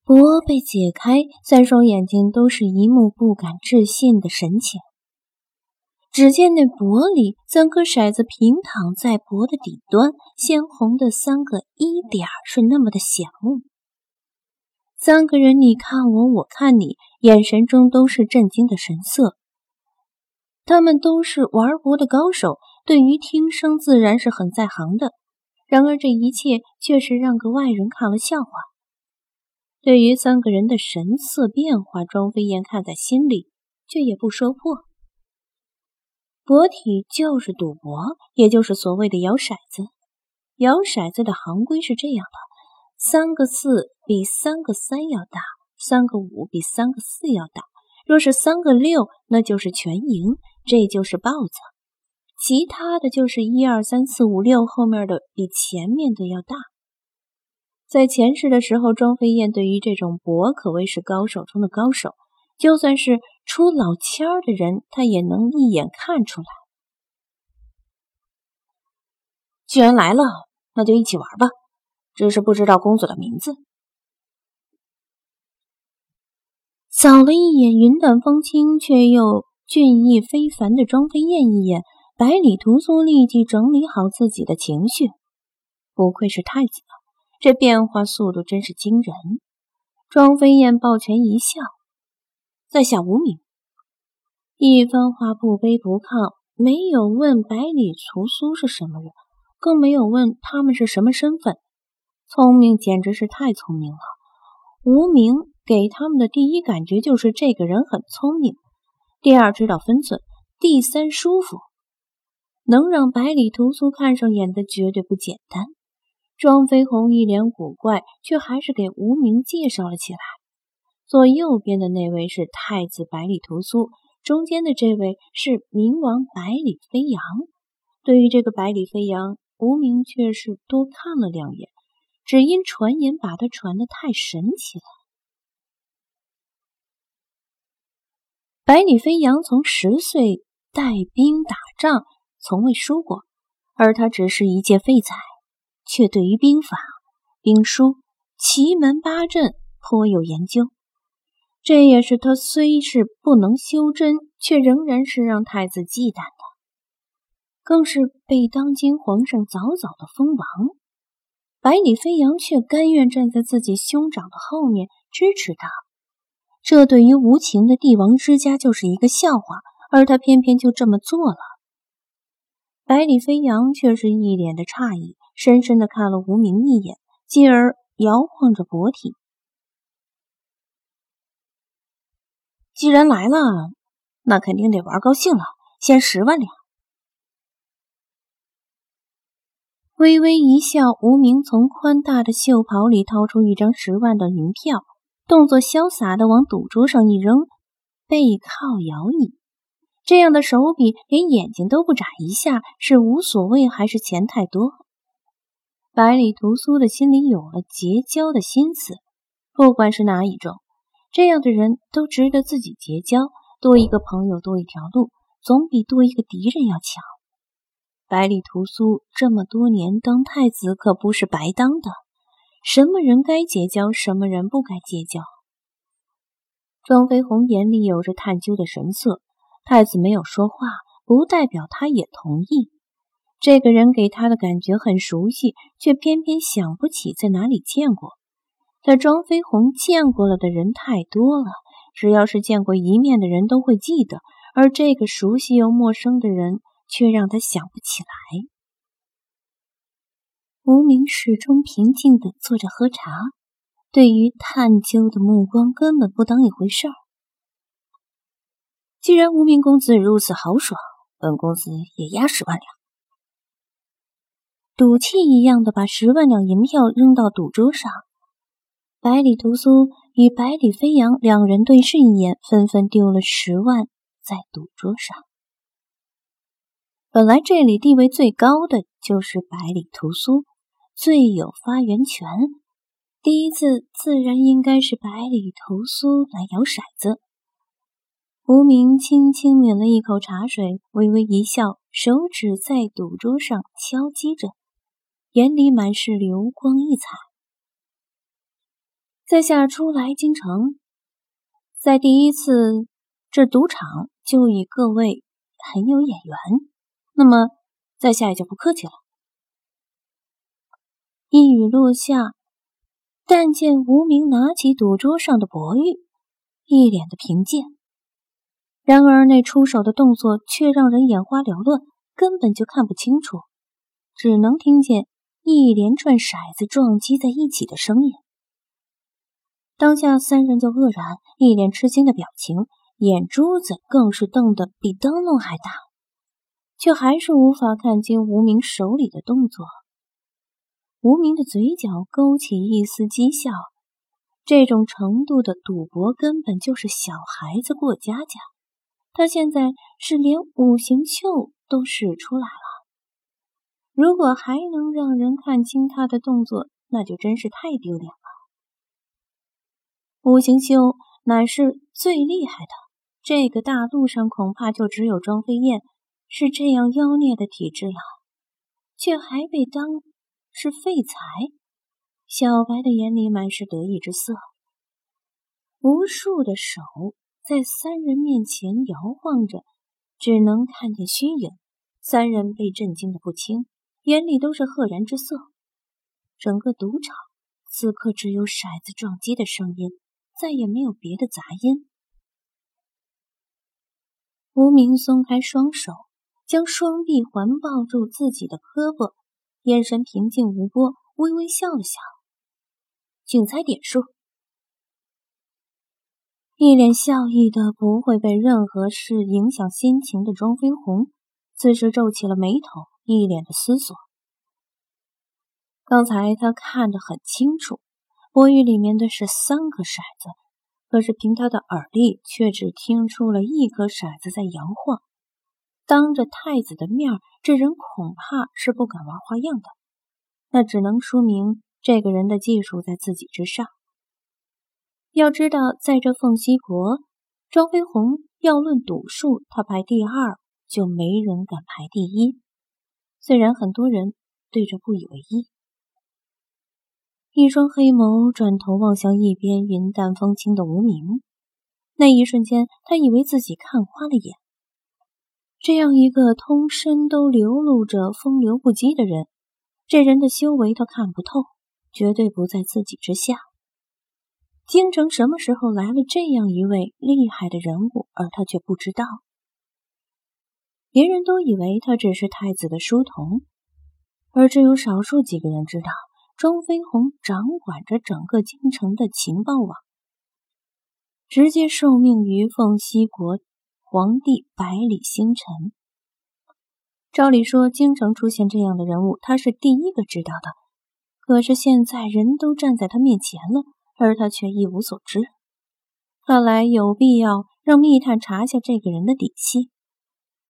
帛被解开，3双眼睛都是一幕不敢置信的神情。只见那帛里3颗骰子平躺在帛的底端，鲜红的3个1点是那么的显目。3个人你看我，我看你，眼神中都是震惊的神色。他们都是玩帛的高手，对于听声自然是很在行的。然而这一切却是让个外人看了笑话。对于3个人的神色变化，庄飞燕看在心里，却也不说破。帛体就是赌博，也就是所谓的摇骰子。摇骰子的行规是这样的：3个4比3个3要大，3个5比3个4要大。若是3个6，那就是全赢，这就是豹子。其他的就是1、2、3、4、5、6后面的比前面的要大。在前世的时候，庄飞燕对于这种帛可谓是高手中的高手，就算是出老千儿的人，他也能一眼看出来。 既然来了，那就一起玩吧，只是不知道公子的名字。 扫了一眼云淡风轻却又俊逸非凡的庄飞燕一眼，百里屠苏立即整理好自己的情绪。不愧是太子，这变化速度真是惊人。庄飞燕抱拳一笑，在下无名。一番话不卑不亢，没有问百里屠苏是什么人，更没有问他们是什么身份。聪明简直是太聪明了。无名给他们的第一感觉就是这个人很聪明，第二知道分寸，第三舒服。能让百里屠苏看上眼的绝对不简单。庄飞鸿一脸古怪，却还是给无名介绍了起来。左右边的那位是太子百里屠苏，中间的这位是冥王百里飞扬。对于这个百里飞扬，无名却是多看了2眼，只因传言把他传得太神奇了。百里飞扬从10岁带兵打仗，从未输过，而他只是一介废材，却对于兵法、兵书、奇门八阵颇有研究。这也是他虽是不能修真，却仍然是让太子忌惮的，更是被当今皇上早早的封王。百里飞扬却甘愿站在自己兄长的后面支持他，这对于无情的帝王之家就是一个笑话，而他偏偏就这么做了。百里飞扬却是一脸的诧异，深深地看了无名一眼，继而摇晃着帛体。 既然来了，那肯定得玩高兴了，先10万两。 微微一笑，无名从宽大的袖袍里掏出一张10万的银票，动作潇洒地往赌桌上一扔，背靠摇椅。这样的手笔连眼睛都不眨一下，是无所谓还是钱太多？百里屠苏的心里有了结交的心思，不管是哪一种，这样的人都值得自己结交，多一个朋友多一条路，总比多一个敌人要强。百里屠苏这么多年当太子可不是白当的，什么人该结交，什么人不该结交。庄飞鸿眼里有着探究的神色，太子没有说话，不代表他也同意。这个人给他的感觉很熟悉，却偏偏想不起在哪里见过。但庄飞鸿见过了的人太多了，只要是见过一面的人都会记得，而这个熟悉又陌生的人却让他想不起来。无名始终平静地坐着喝茶，对于探究的目光根本不当一回事儿。 既然无名公子如此豪爽，本公子也押10万两。 赌气一样的把10万两银票扔到赌桌上。百里屠苏与百里飞扬2人对视一眼，纷纷丢了10万在赌桌上。本来这里地位最高的就是百里屠苏，最有发言权，第一次自然应该是百里屠苏来摇骰子。无名轻轻抿了一口茶水，微微一笑，手指在赌桌上敲击着，眼里满是流光溢彩。 在下初来京城，在第一次这赌场就与各位很有眼缘，那么在下也就不客气了。一语落下，但见无名拿起赌桌上的博玉，一脸的平静。然而那出手的动作却让人眼花缭乱，根本就看不清楚，只能听见一连串骰子撞击在一起的声音。当下三人就愕然，一脸吃惊的表情，眼珠子更是瞪得比灯笼还大，却还是无法看清无名手里的动作。无名的嘴角勾起一丝讥笑，这种程度的赌博根本就是小孩子过家家，他现在是连五行袖都使出来了，如果还能让人看清他的动作，那就真是太丢脸了。五行袖乃是最厉害的，这个大陆上恐怕就只有庄飞燕是这样妖孽的体质了，却还被当是废材。小白的眼里满是得意之色，无数的手在三人面前摇晃着，只能看见虚影。三人被震惊的不轻，眼里都是赫然之色。整个赌场此刻只有骰子撞击的声音，再也没有别的杂音。无名松开双手，将双臂环抱住自己的胳膊，眼神平静无波，微微笑了笑。请猜点数。一脸笑意的不会被任何事影响心情的庄飞鸿，此时皱起了眉头，一脸的思索。刚才他看得很清楚，博玉里面的是3颗骰子，可是凭他的耳力却只听出了1颗骰子在摇晃。当着太子的面，这人恐怕是不敢玩花样的，那只能说明这个人的技术在自己之上。要知道，在这凤西国，庄飞鸿要论赌术，他排第2，就没人敢排第1。虽然很多人对这不以为意。一双黑眸转头望向一边云淡风轻的无名，那一瞬间，他以为自己看花了眼。这样一个通身都流露着风流不羁的人，这人的修为他看不透，绝对不在自己之下。京城什么时候来了这样一位厉害的人物，而他却不知道。别人都以为他只是太子的书童，而只有少数几个人知道，庄飞鸿掌管着整个京城的情报网，直接受命于凤西国皇帝百里星辰。照理说，京城出现这样的人物，他是第一个知道的。可是现在人都站在他面前了，而他却一无所知。看来有必要让密探查下这个人的底细。